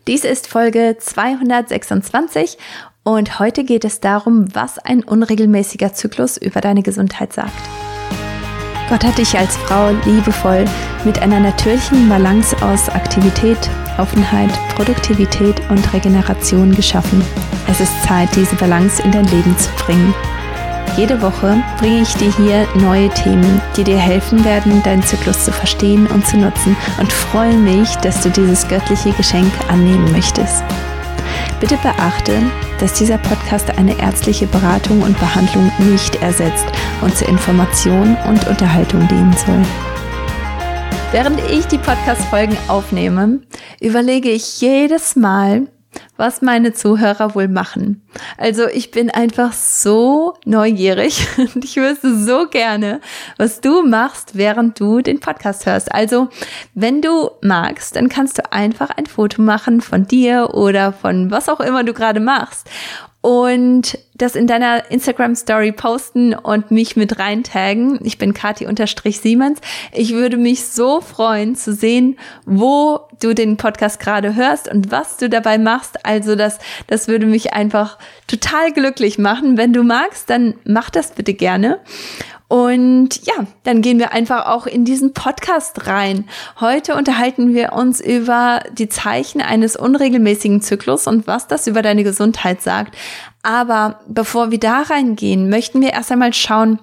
Dies ist Folge 226 und heute geht es darum, was ein unregelmäßiger Zyklus über deine Gesundheit sagt. Gott hat dich als Frau liebevoll mit einer natürlichen Balance aus Aktivität, Offenheit, Produktivität und Regeneration geschaffen. Es ist Zeit, diese Balance in dein Leben zu bringen. Jede Woche bringe ich dir hier neue Themen, die dir helfen werden, deinen Zyklus zu verstehen und zu nutzen, und freue mich, dass du dieses göttliche Geschenk annehmen möchtest. Bitte beachte, dass dieser Podcast eine ärztliche Beratung und Behandlung nicht ersetzt und zur Information und Unterhaltung dienen soll. Während ich die Podcast-Folgen aufnehme, überlege ich jedes Mal, was meine Zuhörer wohl machen. Also ich bin einfach so neugierig und ich wüsste so gerne, was du machst, während du den Podcast hörst. Also wenn du magst, dann kannst du einfach ein Foto machen von dir oder von was auch immer du gerade machst und das in deiner Instagram-Story posten und mich mit reintaggen. Ich bin Kathi_Siemens. Ich würde mich so freuen zu sehen, wo du den Podcast gerade hörst und was du dabei machst. Also das würde mich einfach total glücklich machen. Wenn du magst, dann mach das bitte gerne. Und ja, dann gehen wir einfach auch in diesen Podcast rein. Heute unterhalten wir uns über die Zeichen eines unregelmäßigen Zyklus und was das über deine Gesundheit sagt. Aber bevor wir da reingehen, möchten wir erst einmal schauen,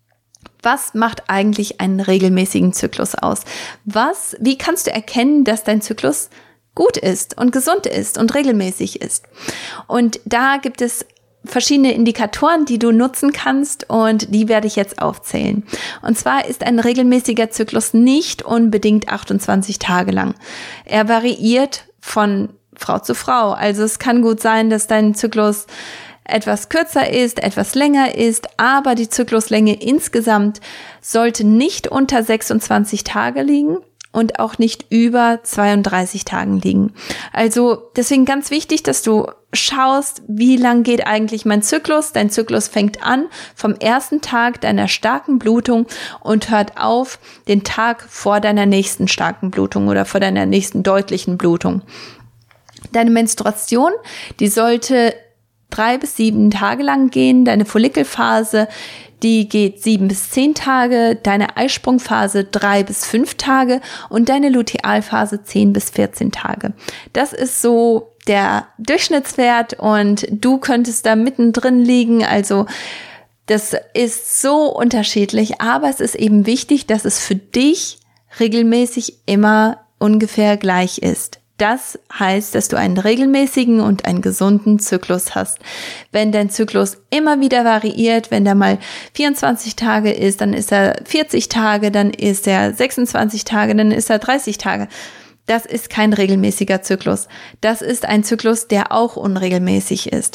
was macht eigentlich einen regelmäßigen Zyklus aus? Wie kannst du erkennen, dass dein Zyklus gut ist und gesund ist und regelmäßig ist? Und da gibt es verschiedene Indikatoren, die du nutzen kannst, und die werde ich jetzt aufzählen. Und zwar ist ein regelmäßiger Zyklus nicht unbedingt 28 Tage lang. Er variiert von Frau zu Frau. Also es kann gut sein, dass dein Zyklus etwas kürzer ist, etwas länger ist, aber die Zykluslänge insgesamt sollte nicht unter 26 Tage liegen und auch nicht über 32 Tagen liegen. Also deswegen ganz wichtig, dass du schaust, wie lang geht eigentlich mein Zyklus. Dein Zyklus fängt an vom ersten Tag deiner starken Blutung und hört auf den Tag vor deiner nächsten starken Blutung oder vor deiner nächsten deutlichen Blutung. Deine Menstruation, die sollte 3 bis 7 Tage lang gehen. Deine Follikelphase, die geht 7 bis 10 Tage, deine Eisprungphase 3 bis 5 Tage und deine Lutealphase 10 bis 14 Tage. Das ist so der Durchschnittswert und du könntest da mittendrin liegen. Also das ist so unterschiedlich, aber es ist eben wichtig, dass es für dich regelmäßig immer ungefähr gleich ist. Das heißt, dass du einen regelmäßigen und einen gesunden Zyklus hast. Wenn dein Zyklus immer wieder variiert, wenn der mal 24 Tage ist, dann ist er 40 Tage, dann ist er 26 Tage, dann ist er 30 Tage. Das ist kein regelmäßiger Zyklus. Das ist ein Zyklus, der auch unregelmäßig ist.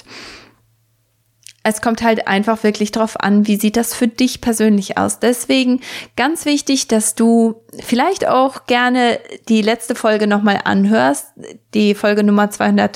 Es kommt halt einfach wirklich drauf an, wie sieht das für dich persönlich aus. Deswegen ganz wichtig, dass du vielleicht auch gerne die letzte Folge nochmal anhörst, die Folge Nummer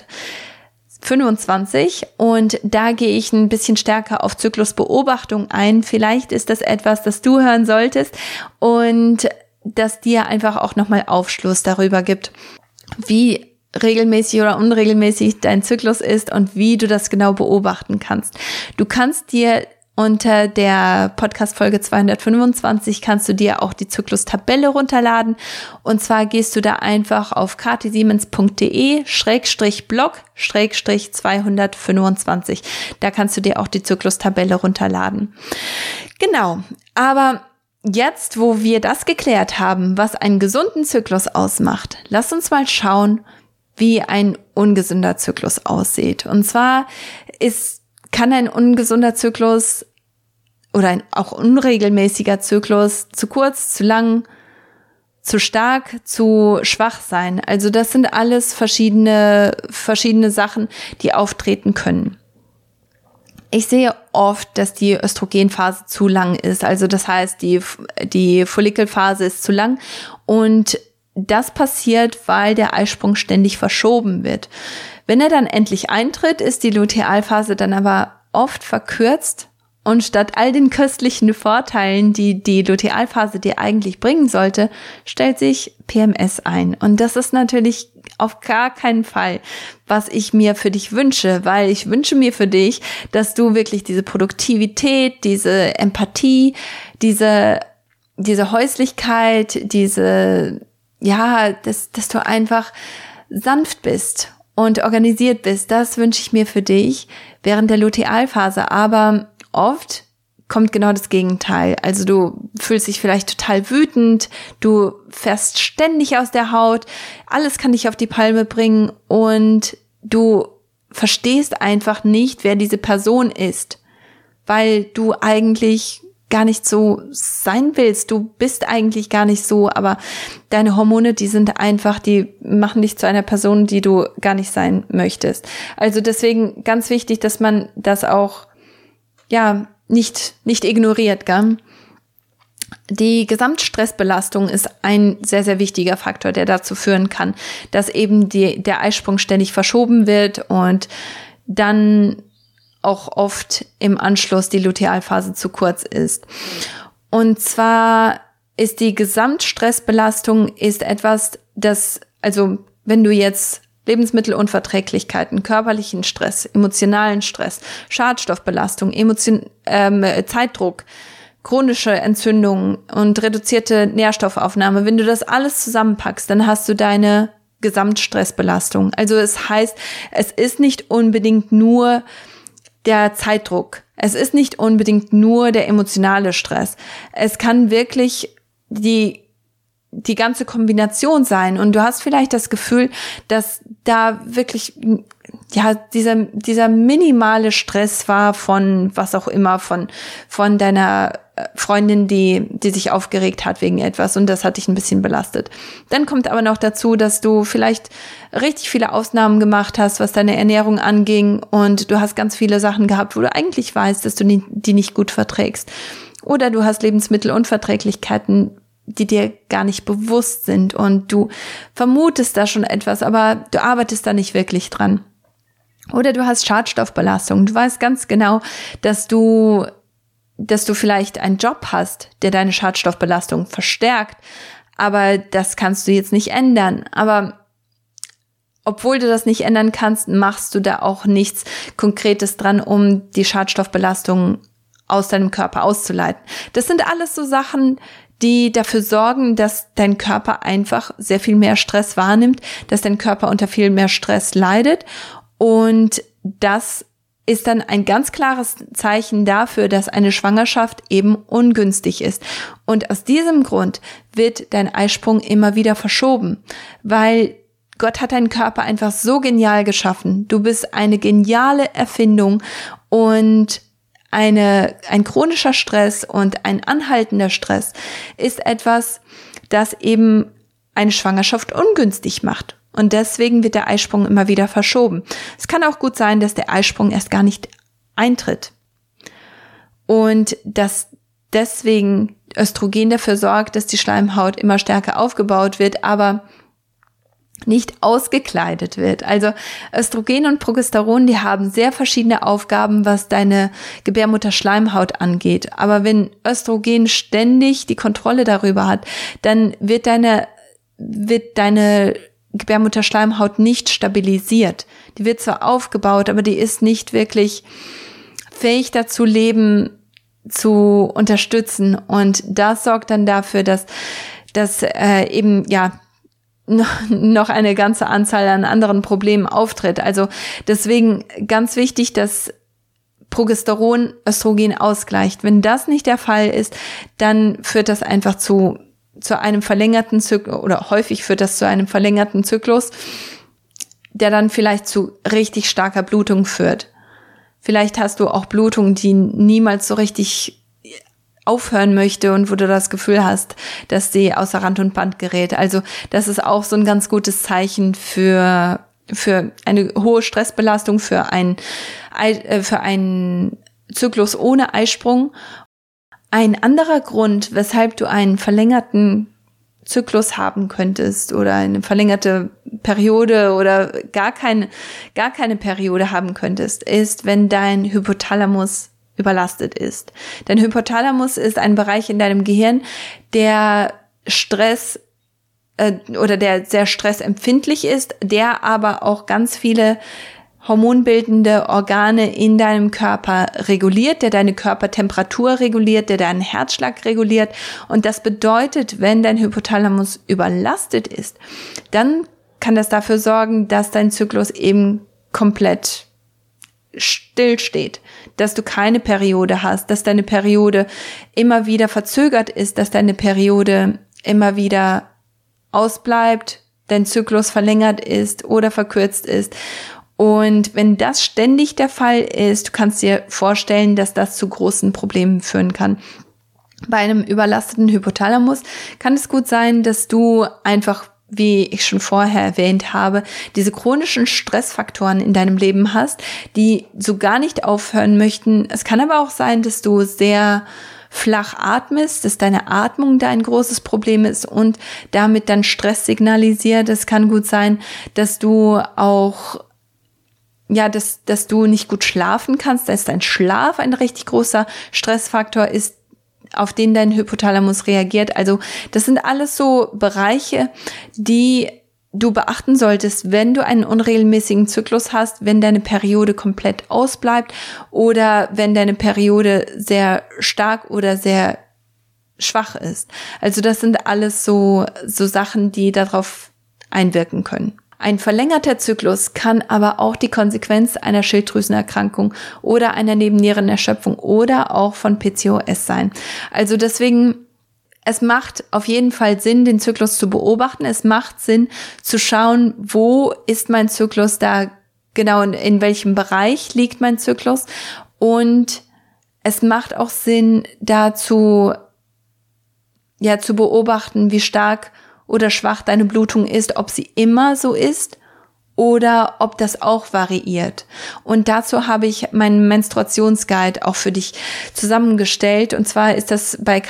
225. Und da gehe ich ein bisschen stärker auf Zyklusbeobachtung ein. Vielleicht ist das etwas, das du hören solltest und das dir einfach auch nochmal Aufschluss darüber gibt, wie regelmäßig oder unregelmäßig dein Zyklus ist und wie du das genau beobachten kannst. Du kannst dir unter der Podcast-Folge 225 kannst du dir auch die Zyklustabelle runterladen. Und zwar gehst du da einfach auf kathisiemens.de/blog/225. Da kannst du dir auch die Zyklustabelle runterladen. Genau, aber jetzt, wo wir das geklärt haben, was einen gesunden Zyklus ausmacht, lass uns mal schauen, wie ein ungesunder Zyklus aussieht. Und zwar kann ein ungesunder Zyklus oder ein auch unregelmäßiger Zyklus zu kurz, zu lang, zu stark, zu schwach sein. Also das sind alles verschiedene Sachen, die auftreten können. Ich sehe oft, dass die Östrogenphase zu lang ist. Also das heißt, die Follikelphase ist zu lang und das passiert, weil der Eisprung ständig verschoben wird. Wenn er dann endlich eintritt, ist die Lutealphase dann aber oft verkürzt Und statt all den köstlichen Vorteilen, die die Lutealphase dir eigentlich bringen sollte, stellt sich PMS ein. Und das ist natürlich auf gar keinen Fall, was ich mir für dich wünsche, weil ich wünsche mir für dich, dass du wirklich diese Produktivität, diese Empathie, diese Häuslichkeit, dass du einfach sanft bist und organisiert bist. Das wünsche ich mir für dich während der Lutealphase. Aber oft kommt genau das Gegenteil. Also du fühlst dich vielleicht total wütend, du fährst ständig aus der Haut, alles kann dich auf die Palme bringen und du verstehst einfach nicht, wer diese Person ist, weil du eigentlich gar nicht so sein willst. Du bist eigentlich gar nicht so, aber deine Hormone, die machen dich zu einer Person, die du gar nicht sein möchtest. Also deswegen ganz wichtig, dass man das auch nicht ignoriert, gell? Die Gesamtstressbelastung ist ein sehr, sehr wichtiger Faktor, der dazu führen kann, dass eben der Eisprung ständig verschoben wird und dann auch oft im Anschluss die Lutealphase zu kurz ist. Und zwar ist die Gesamtstressbelastung etwas, wenn du jetzt Lebensmittelunverträglichkeiten, körperlichen Stress, emotionalen Stress, Schadstoffbelastung, Zeitdruck, chronische Entzündungen und reduzierte Nährstoffaufnahme, wenn du das alles zusammenpackst, dann hast du deine Gesamtstressbelastung. Also es heißt, es ist nicht unbedingt nur der Zeitdruck. Es ist nicht unbedingt nur der emotionale Stress. Es kann wirklich die ganze Kombination sein. Und du hast vielleicht das Gefühl, dass da wirklich, dieser minimale Stress war von was auch immer, von deiner Freundin, die sich aufgeregt hat wegen etwas und das hat dich ein bisschen belastet. Dann kommt aber noch dazu, dass du vielleicht richtig viele Ausnahmen gemacht hast, was deine Ernährung anging und du hast ganz viele Sachen gehabt, wo du eigentlich weißt, dass du die nicht gut verträgst. Oder du hast Lebensmittelunverträglichkeiten, die dir gar nicht bewusst sind und du vermutest da schon etwas, aber du arbeitest da nicht wirklich dran. Oder du hast Schadstoffbelastung. Du weißt ganz genau, dass du vielleicht einen Job hast, der deine Schadstoffbelastung verstärkt, aber das kannst du jetzt nicht ändern. Aber obwohl du das nicht ändern kannst, machst du da auch nichts Konkretes dran, um die Schadstoffbelastung aus deinem Körper auszuleiten. Das sind alles so Sachen, die dafür sorgen, dass dein Körper einfach sehr viel mehr Stress wahrnimmt, dass dein Körper unter viel mehr Stress leidet. Und das ist dann ein ganz klares Zeichen dafür, dass eine Schwangerschaft eben ungünstig ist. Und aus diesem Grund wird dein Eisprung immer wieder verschoben, weil Gott hat deinen Körper einfach so genial geschaffen. Du bist eine geniale Erfindung und ein chronischer Stress und ein anhaltender Stress ist etwas, das eben eine Schwangerschaft ungünstig macht. Und deswegen wird der Eisprung immer wieder verschoben. Es kann auch gut sein, dass der Eisprung erst gar nicht eintritt. Und dass deswegen Östrogen dafür sorgt, dass die Schleimhaut immer stärker aufgebaut wird, aber nicht ausgekleidet wird. Also Östrogen und Progesteron, die haben sehr verschiedene Aufgaben, was deine Gebärmutterschleimhaut angeht. Aber wenn Östrogen ständig die Kontrolle darüber hat, dann wird deine Gebärmutterschleimhaut nicht stabilisiert. Die wird zwar aufgebaut, aber die ist nicht wirklich fähig dazu, Leben zu unterstützen. Und das sorgt dann dafür, dass noch eine ganze Anzahl an anderen Problemen auftritt. Also deswegen ganz wichtig, dass Progesteron Östrogen ausgleicht. Wenn das nicht der Fall ist, dann führt das einfach zu einem verlängerten Zyklus, oder häufig führt das zu einem verlängerten Zyklus, der dann vielleicht zu richtig starker Blutung führt. Vielleicht hast du auch Blutung, die niemals so richtig aufhören möchte und wo du das Gefühl hast, dass sie außer Rand und Band gerät. Also das ist auch so ein ganz gutes Zeichen für eine hohe Stressbelastung, für einen Zyklus ohne Eisprung. Ein anderer Grund, weshalb du einen verlängerten Zyklus haben könntest oder eine verlängerte Periode oder gar keine Periode haben könntest, ist, wenn dein Hypothalamus überlastet ist. Dein Hypothalamus ist ein Bereich in deinem Gehirn, der der sehr stressempfindlich ist, der aber auch ganz viele hormonbildende Organe in deinem Körper reguliert, der deine Körpertemperatur reguliert, der deinen Herzschlag reguliert. Und das bedeutet, wenn dein Hypothalamus überlastet ist, dann kann das dafür sorgen, dass dein Zyklus eben komplett stillsteht, dass du keine Periode hast, dass deine Periode immer wieder verzögert ist, dass deine Periode immer wieder ausbleibt, dein Zyklus verlängert ist oder verkürzt ist. Und wenn das ständig der Fall ist, du kannst dir vorstellen, dass das zu großen Problemen führen kann. Bei einem überlasteten Hypothalamus kann es gut sein, dass du einfach, wie ich schon vorher erwähnt habe, diese chronischen Stressfaktoren in deinem Leben hast, die so gar nicht aufhören möchten. Es kann aber auch sein, dass du sehr flach atmest, dass deine Atmung da ein großes Problem ist und damit dann Stress signalisiert. Es kann gut sein, dass du auch dass du nicht gut schlafen kannst, dass dein Schlaf ein richtig großer Stressfaktor ist, auf den dein Hypothalamus reagiert. Also das sind alles so Bereiche, die du beachten solltest, wenn du einen unregelmäßigen Zyklus hast, wenn deine Periode komplett ausbleibt oder wenn deine Periode sehr stark oder sehr schwach ist. Also das sind alles so Sachen, die darauf einwirken können. Ein verlängerter Zyklus kann aber auch die Konsequenz einer Schilddrüsenerkrankung oder einer Nebennierenerschöpfung oder auch von PCOS sein. Also deswegen, es macht auf jeden Fall Sinn, den Zyklus zu beobachten. Es macht Sinn zu schauen, wo ist mein Zyklus da genau, in welchem Bereich liegt mein Zyklus. Und es macht auch Sinn, dazu zu beobachten, wie stark oder schwach deine Blutung ist, ob sie immer so ist oder ob das auch variiert. Und dazu habe ich meinen Menstruationsguide auch für dich zusammengestellt. Und zwar ist das bei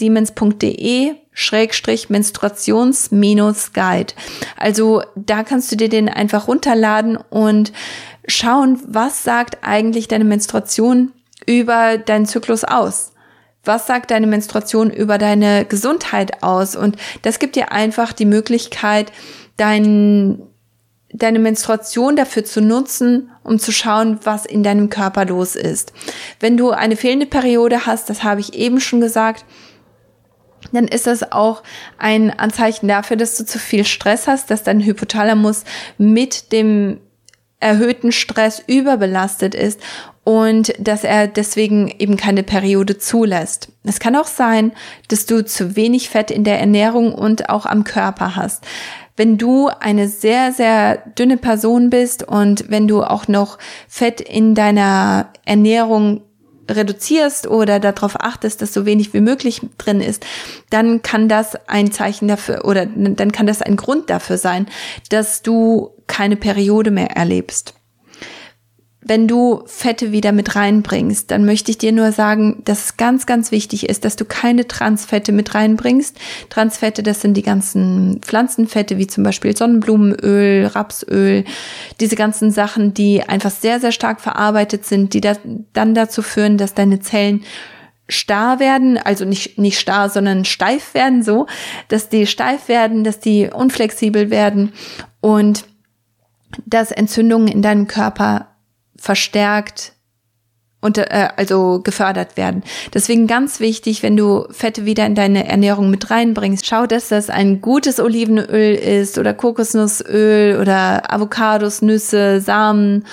katisiemens.de/Menstruations-Guide. Also da kannst du dir den einfach runterladen und schauen, was sagt eigentlich deine Menstruation über deinen Zyklus aus. Was sagt deine Menstruation über deine Gesundheit aus? Und das gibt dir einfach die Möglichkeit, deine Menstruation dafür zu nutzen, um zu schauen, was in deinem Körper los ist. Wenn du eine fehlende Periode hast, das habe ich eben schon gesagt, dann ist das auch ein Anzeichen dafür, dass du zu viel Stress hast, dass dein Hypothalamus mit dem erhöhten Stress überbelastet ist und dass er deswegen eben keine Periode zulässt. Es kann auch sein, dass du zu wenig Fett in der Ernährung und auch am Körper hast. Wenn du eine sehr, sehr dünne Person bist und wenn du auch noch Fett in deiner Ernährung reduzierst oder darauf achtest, dass so wenig wie möglich drin ist, dann kann das ein Zeichen dafür oder dann kann das ein Grund dafür sein, dass du keine Periode mehr erlebst. Wenn du Fette wieder mit reinbringst, dann möchte ich dir nur sagen, dass es ganz, ganz wichtig ist, dass du keine Transfette mit reinbringst. Transfette, das sind die ganzen Pflanzenfette, wie zum Beispiel Sonnenblumenöl, Rapsöl, diese ganzen Sachen, die einfach sehr, sehr stark verarbeitet sind, die dann dazu führen, dass deine Zellen starr werden, also nicht starr, sondern steif werden, so, dass die steif werden, dass die unflexibel werden und dass Entzündungen in deinem Körper verstärkt und also gefördert werden. Deswegen ganz wichtig, wenn du Fette wieder in deine Ernährung mit reinbringst, schau, dass das ein gutes Olivenöl ist oder Kokosnussöl oder Avocados, Nüsse, Samen,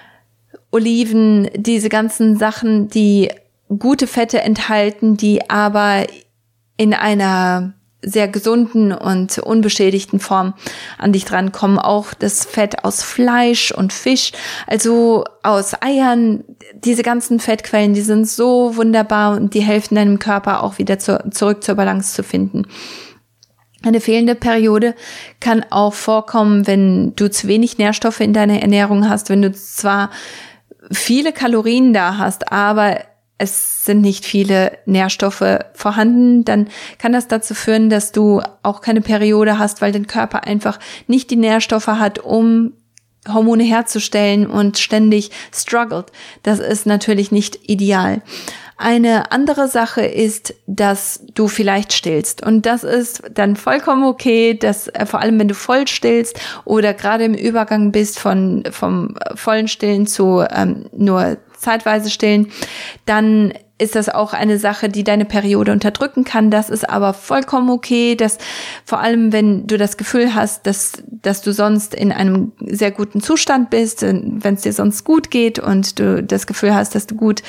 Oliven, diese ganzen Sachen, die gute Fette enthalten, die aber in einer sehr gesunden und unbeschädigten Form an dich drankommen. Auch das Fett aus Fleisch und Fisch, also aus Eiern, diese ganzen Fettquellen, die sind so wunderbar und die helfen deinem Körper auch wieder zurück zur Balance zu finden. Eine fehlende Periode kann auch vorkommen, wenn du zu wenig Nährstoffe in deiner Ernährung hast, wenn du zwar viele Kalorien da hast, aber es sind nicht viele Nährstoffe vorhanden, dann kann das dazu führen, dass du auch keine Periode hast, weil dein Körper einfach nicht die Nährstoffe hat, um Hormone herzustellen und ständig struggelt. Das ist natürlich nicht ideal. Eine andere Sache ist, dass du vielleicht stillst. Und das ist dann vollkommen okay, dass vor allem, wenn du voll stillst oder gerade im Übergang bist vom vollen Stillen zu nur zeitweise Stillen, dann ist das auch eine Sache, die deine Periode unterdrücken kann. Das ist aber vollkommen okay, dass vor allem, wenn du das Gefühl hast, dass du sonst in einem sehr guten Zustand bist, wenn es dir sonst gut geht und du das Gefühl hast, dass du gut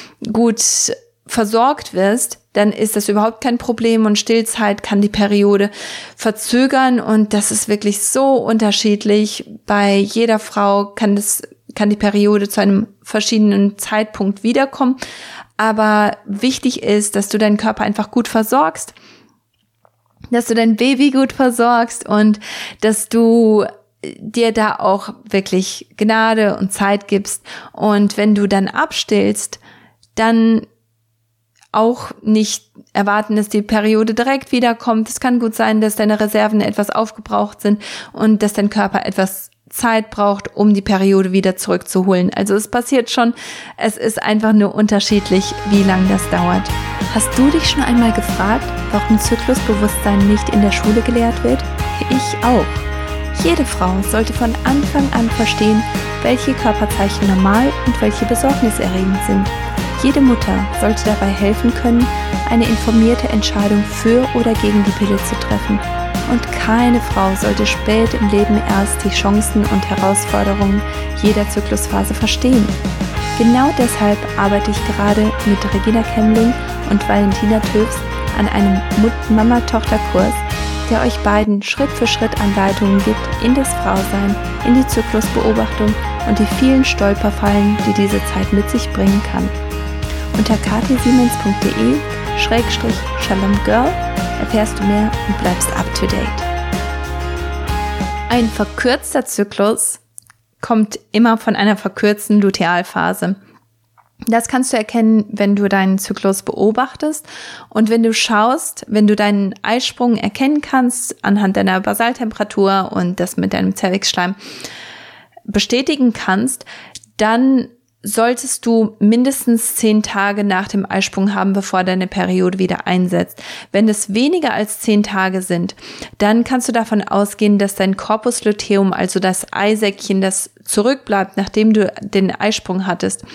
versorgt wirst, dann ist das überhaupt kein Problem und Stillzeit kann die Periode verzögern und das ist wirklich so unterschiedlich. Bei jeder Frau kann die Periode zu einem verschiedenen Zeitpunkt wiederkommen. Aber wichtig ist, dass du deinen Körper einfach gut versorgst, dass du dein Baby gut versorgst und dass du dir da auch wirklich Gnade und Zeit gibst. Und wenn du dann abstillst, dann auch nicht erwarten, dass die Periode direkt wiederkommt. Es kann gut sein, dass deine Reserven etwas aufgebraucht sind und dass dein Körper etwas Zeit braucht, um die Periode wieder zurückzuholen. Also es passiert schon, es ist einfach nur unterschiedlich, wie lang das dauert. Hast du dich schon einmal gefragt, warum Zyklusbewusstsein nicht in der Schule gelehrt wird? Ich auch. Jede Frau sollte von Anfang an verstehen, welche Körperzeichen normal und welche besorgniserregend sind. Jede Mutter sollte dabei helfen können, eine informierte Entscheidung für oder gegen die Pille zu treffen. Und keine Frau sollte spät im Leben erst die Chancen und Herausforderungen jeder Zyklusphase verstehen. Genau deshalb arbeite ich gerade mit Regina Kemmling und Valentina Töfs an einem Mama-Tochter-Kurs, der euch beiden Schritt für Schritt Anleitungen gibt in das Frausein, in die Zyklusbeobachtung und die vielen Stolperfallen, die diese Zeit mit sich bringen kann. Unter katesiemens.de/shalomgirl erfährst du mehr und bleibst up to date. Ein verkürzter Zyklus kommt immer von einer verkürzten Lutealphase. Das kannst du erkennen, wenn du deinen Zyklus beobachtest und wenn du schaust, wenn du deinen Eisprung erkennen kannst anhand deiner Basaltemperatur und das mit deinem Zervixschleim bestätigen kannst, dann solltest du mindestens 10 Tage nach dem Eisprung haben, bevor deine Periode wieder einsetzt. Wenn es weniger als 10 Tage sind, dann kannst du davon ausgehen, dass dein Corpus luteum, also das Eisäckchen, das zurückbleibt, nachdem du den Eisprung hattest,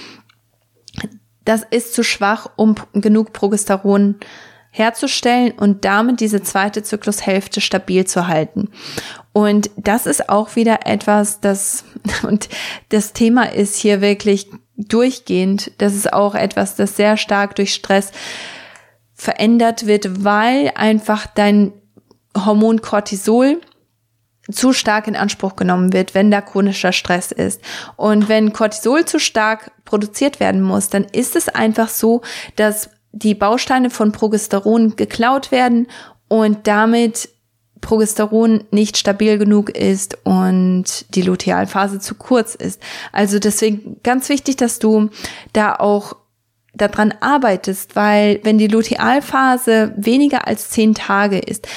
das ist zu schwach, um genug Progesteron herzustellen und damit diese zweite Zyklushälfte stabil zu halten. Und das ist auch wieder etwas, und das Thema ist hier wirklich durchgehend, das ist auch etwas, das sehr stark durch Stress verändert wird, weil einfach dein Hormon Cortisol zu stark in Anspruch genommen wird, wenn da chronischer Stress ist. Und wenn Cortisol zu stark produziert werden muss, dann ist es einfach so, dass die Bausteine von Progesteron geklaut werden und damit Progesteron nicht stabil genug ist und die Lutealphase zu kurz ist. Also deswegen ganz wichtig, dass du da auch daran arbeitest, weil wenn die Lutealphase weniger als 10 Tage ist,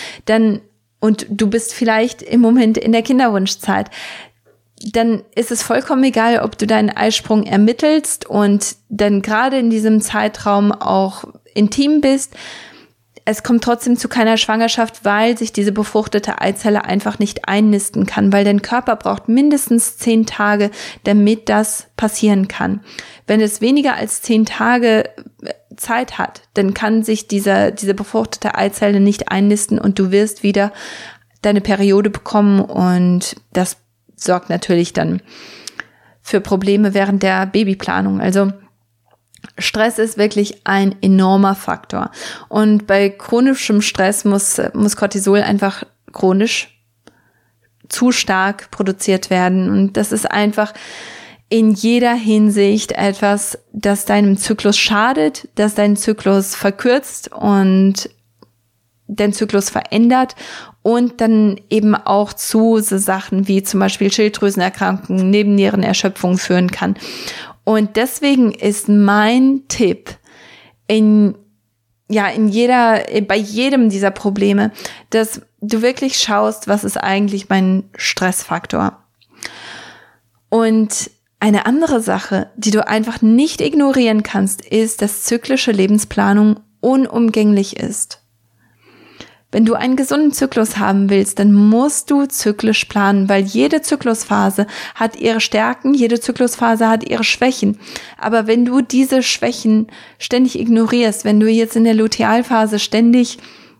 und du bist vielleicht im Moment in der Kinderwunschzeit, dann ist es vollkommen egal, ob du deinen Eisprung ermittelst und dann gerade in diesem Zeitraum auch intim bist. Es kommt trotzdem zu keiner Schwangerschaft, weil sich diese befruchtete Eizelle einfach nicht einnisten kann, weil dein Körper braucht mindestens 10 Tage, damit das passieren kann. Wenn es weniger als 10 Tage Zeit hat, dann kann sich diese befruchtete Eizelle nicht einnisten und du wirst wieder deine Periode bekommen und das sorgt natürlich dann für Probleme während der Babyplanung. Also Stress ist wirklich ein enormer Faktor. Und bei chronischem Stress muss Cortisol einfach chronisch zu stark produziert werden. Und das ist einfach in jeder Hinsicht etwas, das deinem Zyklus schadet, das deinen Zyklus verkürzt und den Zyklus verändert und dann eben auch zu so Sachen wie zum Beispiel Schilddrüsenerkrankungen, Nebennierenerschöpfung führen kann. Und deswegen ist mein Tipp bei jedem dieser Probleme, dass du wirklich schaust, was ist eigentlich mein Stressfaktor. Und eine andere Sache, die du einfach nicht ignorieren kannst, ist, dass zyklische Lebensplanung unumgänglich ist. Wenn du einen gesunden Zyklus haben willst, dann musst du zyklisch planen, weil jede Zyklusphase hat ihre Stärken, jede Zyklusphase hat ihre Schwächen. Aber wenn du diese Schwächen ständig ignorierst, wenn du jetzt in der Lutealphase ständig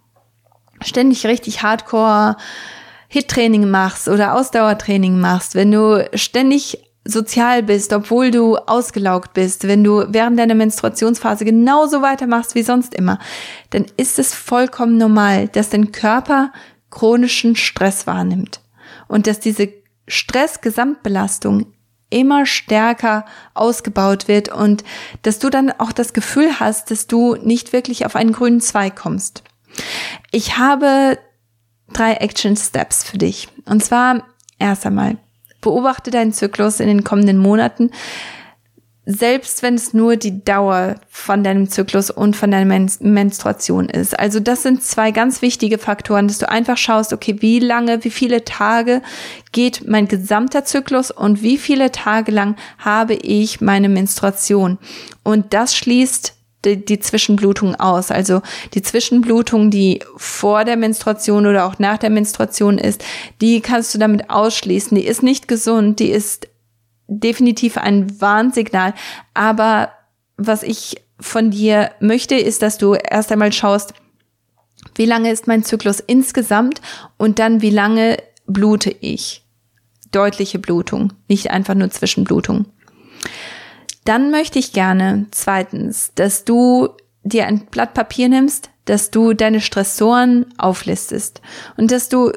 richtig hardcore HIIT-Training machst oder Ausdauertraining machst, wenn du ständig sozial bist, obwohl du ausgelaugt bist, wenn du während deiner Menstruationsphase genauso weitermachst wie sonst immer, dann ist es vollkommen normal, dass dein Körper chronischen Stress wahrnimmt und dass diese Stress-Gesamtbelastung immer stärker ausgebaut wird und dass du dann auch das Gefühl hast, dass du nicht wirklich auf einen grünen Zweig kommst. Ich habe 3 Action Steps für dich. Und zwar erst einmal, beobachte deinen Zyklus in den kommenden Monaten, selbst wenn es nur die Dauer von deinem Zyklus und von deiner Menstruation ist. Also das sind 2 ganz wichtige Faktoren, dass du einfach schaust, okay, wie viele Tage geht mein gesamter Zyklus und wie viele Tage lang habe ich meine Menstruation. Und das schließt die Zwischenblutung aus. Also die Zwischenblutung, die vor der Menstruation oder auch nach der Menstruation ist, die kannst du damit ausschließen. Die ist nicht gesund, die ist definitiv ein Warnsignal. Aber was ich von dir möchte, ist, dass du erst einmal schaust, wie lange ist mein Zyklus insgesamt und dann wie lange blute ich. Deutliche Blutung, nicht einfach nur Zwischenblutung. Dann möchte ich gerne, 2, dass du dir ein Blatt Papier nimmst, dass du deine Stressoren auflistest und dass du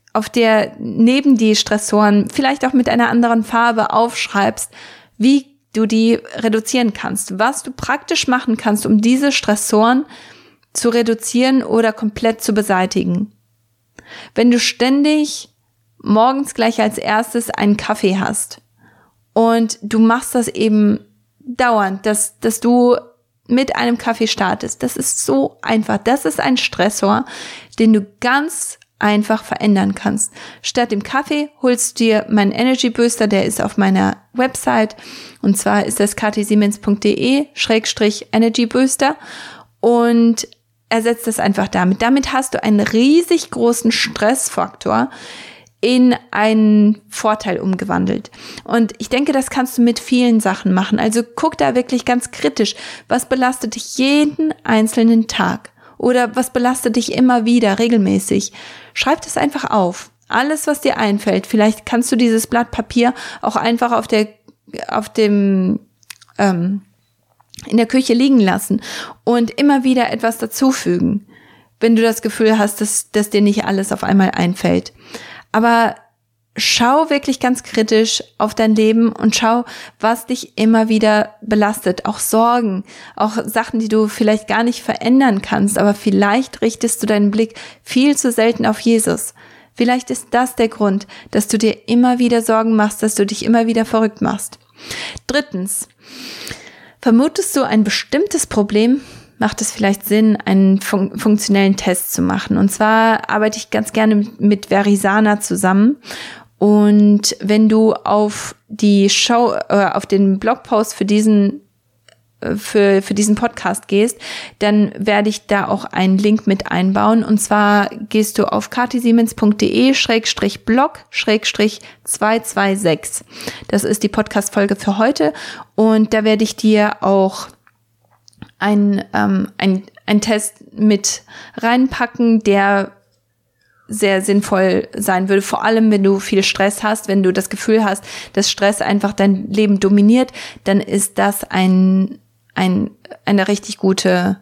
neben die Stressoren vielleicht auch mit einer anderen Farbe aufschreibst, wie du die reduzieren kannst, was du praktisch machen kannst, um diese Stressoren zu reduzieren oder komplett zu beseitigen. Wenn du ständig morgens gleich als erstes einen Kaffee hast und du machst das eben dauernd, dass du mit einem Kaffee startest. Das ist so einfach. Das ist ein Stressor, den du ganz einfach verändern kannst. Statt dem Kaffee holst du dir meinen Energy Booster, der ist auf meiner Website. Und zwar ist das kathisiemens.de/Energy Booster und ersetzt das einfach damit. Damit hast du einen riesig großen Stressfaktor in einen Vorteil umgewandelt. Und ich denke, das kannst du mit vielen Sachen machen. Also guck da wirklich ganz kritisch, was belastet dich jeden einzelnen Tag? Oder was belastet dich immer wieder, regelmäßig? Schreib das einfach auf. Alles, was dir einfällt. Vielleicht kannst du dieses Blatt Papier auch einfach in der Küche liegen lassen und immer wieder etwas dazufügen, wenn du das Gefühl hast, dass dir nicht alles auf einmal einfällt. Aber schau wirklich ganz kritisch auf dein Leben und schau, was dich immer wieder belastet. Auch Sorgen, auch Sachen, die du vielleicht gar nicht verändern kannst, aber vielleicht richtest du deinen Blick viel zu selten auf Jesus. Vielleicht ist das der Grund, dass du dir immer wieder Sorgen machst, dass du dich immer wieder verrückt machst. 3. Vermutest du ein bestimmtes Problem? Macht es vielleicht Sinn, einen funktionellen Test zu machen. Und zwar arbeite ich ganz gerne mit Verisana zusammen. Und wenn du auf auf den Blogpost für diesen Podcast gehst, dann werde ich da auch einen Link mit einbauen. Und zwar gehst du auf kathisiemens.de/blog/226. Das ist die Podcast-Folge für heute. Und da werde ich dir auch ein Test mit reinpacken, der sehr sinnvoll sein würde, vor allem wenn du viel Stress hast, wenn du das Gefühl hast, dass Stress einfach dein Leben dominiert, dann ist das ein richtig gutes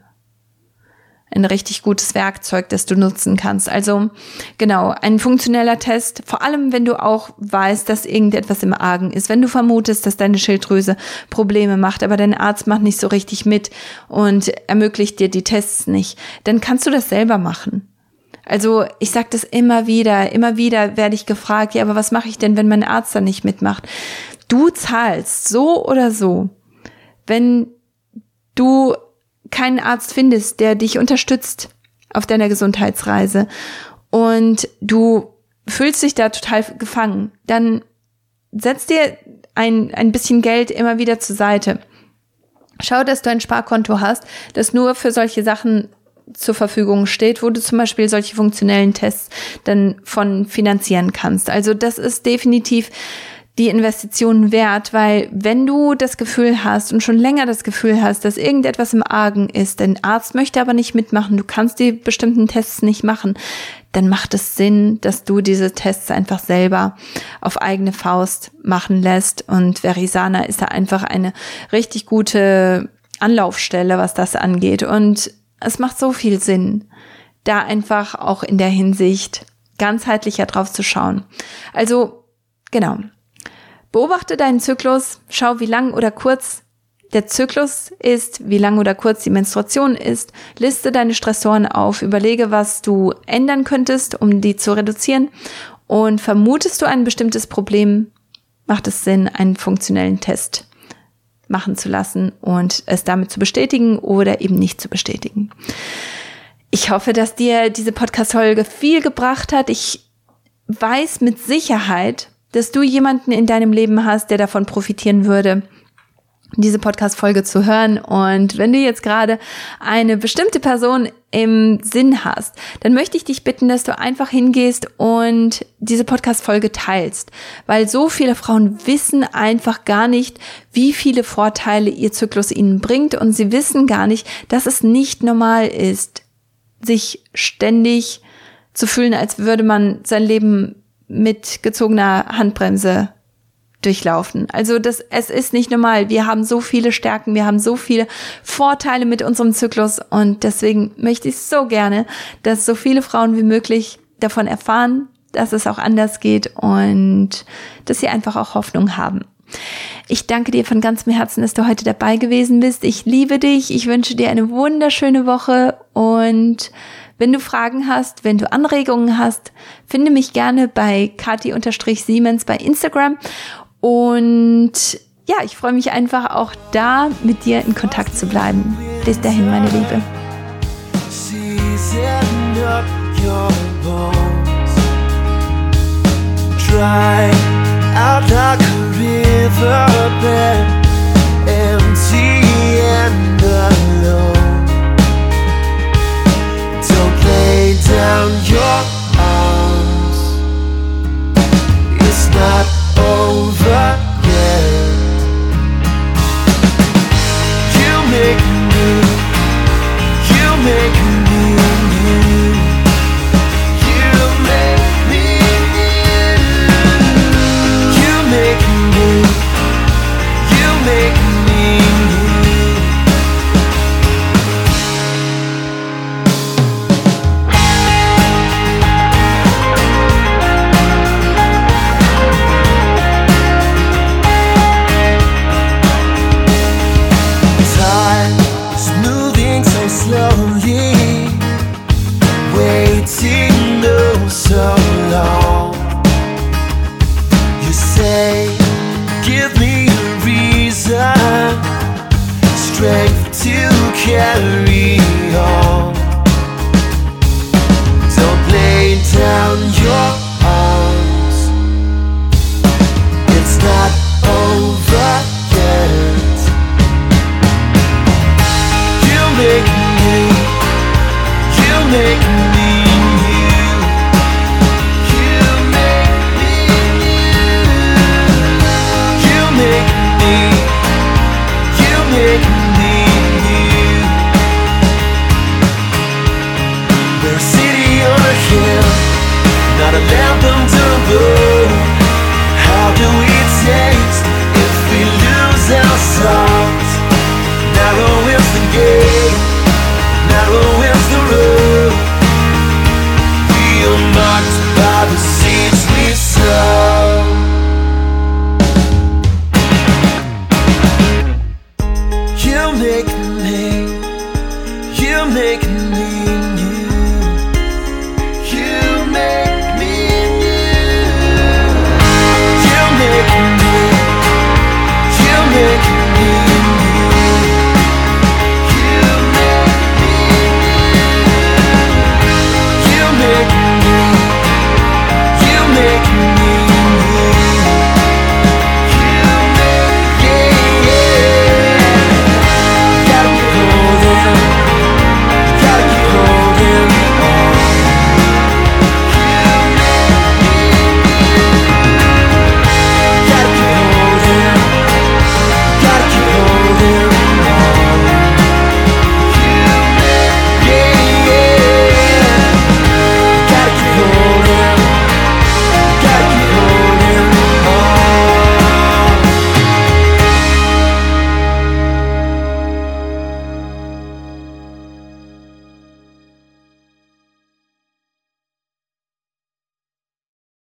Werkzeug, das du nutzen kannst. Also genau, ein funktioneller Test, vor allem wenn du auch weißt, dass irgendetwas im Argen ist, wenn du vermutest, dass deine Schilddrüse Probleme macht, aber dein Arzt macht nicht so richtig mit und ermöglicht dir die Tests nicht, dann kannst du das selber machen. Also ich sage das immer wieder werde ich gefragt, ja, aber was mache ich denn, wenn mein Arzt da nicht mitmacht? Du zahlst so oder so, wenn du keinen Arzt findest, der dich unterstützt auf deiner Gesundheitsreise und du fühlst dich da total gefangen, dann setz dir ein bisschen Geld immer wieder zur Seite. Schau, dass du ein Sparkonto hast, das nur für solche Sachen zur Verfügung steht, wo du zum Beispiel solche funktionellen Tests dann von finanzieren kannst. Also das ist definitiv die Investition wert, weil wenn du das Gefühl hast und schon länger das Gefühl hast, dass irgendetwas im Argen ist, dein Arzt möchte aber nicht mitmachen, du kannst die bestimmten Tests nicht machen, dann macht es Sinn, dass du diese Tests einfach selber auf eigene Faust machen lässt. Und Verisana ist da einfach eine richtig gute Anlaufstelle, was das angeht. Und es macht so viel Sinn, da einfach auch in der Hinsicht ganzheitlicher drauf zu schauen. Also, genau. Beobachte deinen Zyklus, schau, wie lang oder kurz der Zyklus ist, wie lang oder kurz die Menstruation ist, liste deine Stressoren auf, überlege, was du ändern könntest, um die zu reduzieren, und vermutest du ein bestimmtes Problem, macht es Sinn, einen funktionellen Test machen zu lassen und es damit zu bestätigen oder eben nicht zu bestätigen. Ich hoffe, dass dir diese Podcast-Folge viel gebracht hat. Ich weiß mit Sicherheit, dass du jemanden in deinem Leben hast, der davon profitieren würde, diese Podcast-Folge zu hören. Und wenn du jetzt gerade eine bestimmte Person im Sinn hast, dann möchte ich dich bitten, dass du einfach hingehst und diese Podcast-Folge teilst. Weil so viele Frauen wissen einfach gar nicht, wie viele Vorteile ihr Zyklus ihnen bringt. Und sie wissen gar nicht, dass es nicht normal ist, sich ständig zu fühlen, als würde man sein Leben mit gezogener Handbremse durchlaufen. Also es ist nicht normal. Wir haben so viele Stärken, wir haben so viele Vorteile mit unserem Zyklus, und deswegen möchte ich so gerne, dass so viele Frauen wie möglich davon erfahren, dass es auch anders geht und dass sie einfach auch Hoffnung haben. Ich danke dir von ganzem Herzen, dass du heute dabei gewesen bist. Ich liebe dich. Ich wünsche dir eine wunderschöne Woche, und wenn du Fragen hast, wenn du Anregungen hast, finde mich gerne bei Kathi_Siemens bei Instagram. Und ja, ich freue mich einfach auch da, mit dir in Kontakt zu bleiben. Bis dahin, meine Liebe. Dry out like a riverbed, empty and alone. Don't lay down your arms, it's not over yet. You make me, you make me new. You make me new. You make me, you make me new. Time is moving so slowly, waiting oh so long. You say, give me a reason, strength to carry